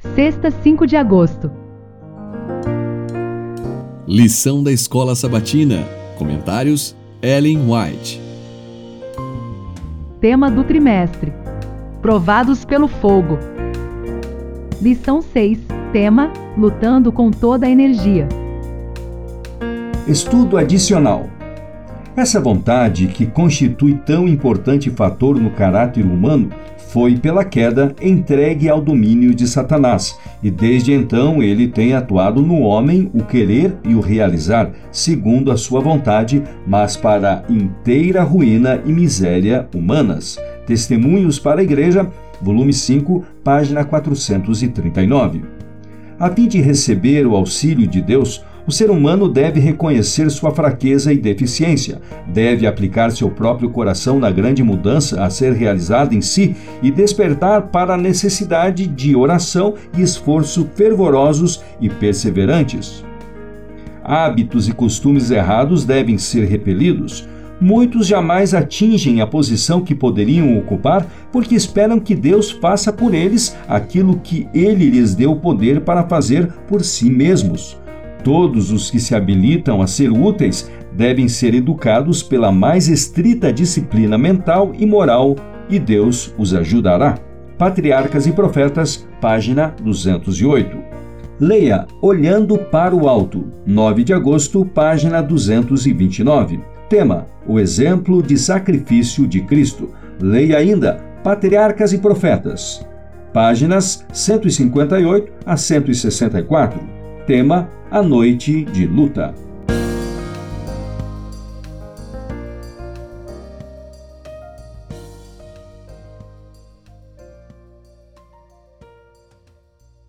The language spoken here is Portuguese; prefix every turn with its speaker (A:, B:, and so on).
A: Sexta, 5 de agosto.
B: Lição da Escola Sabatina. Comentários: Ellen White.
A: Tema do trimestre: Provados pelo fogo. Lição 6. Tema: Lutando com toda a energia.
C: Estudo adicional. Essa vontade, que constitui tão importante fator no caráter humano, foi pela queda entregue ao domínio de Satanás, e desde então ele tem atuado no homem o querer e o realizar, segundo a sua vontade, mas para inteira ruína e miséria humanas. Testemunhos para a Igreja, volume 5, página 439. A fim de receber o auxílio de Deus, o ser humano deve reconhecer sua fraqueza e deficiência, deve aplicar seu próprio coração na grande mudança a ser realizada em si e despertar para a necessidade de oração e esforço fervorosos e perseverantes. Hábitos e costumes errados devem ser repelidos. Muitos jamais atingem a posição que poderiam ocupar porque esperam que Deus faça por eles aquilo que Ele lhes deu poder para fazer por si mesmos. Todos os que se habilitam a ser úteis devem ser educados pela mais estrita disciplina mental e moral, e Deus os ajudará. Patriarcas e Profetas, página 208. Leia Olhando para o Alto, 9 de agosto, página 229. Tema: O exemplo de sacrifício de Cristo. Leia ainda Patriarcas e Profetas, páginas 158 a 164. Tema: A Noite de Luta.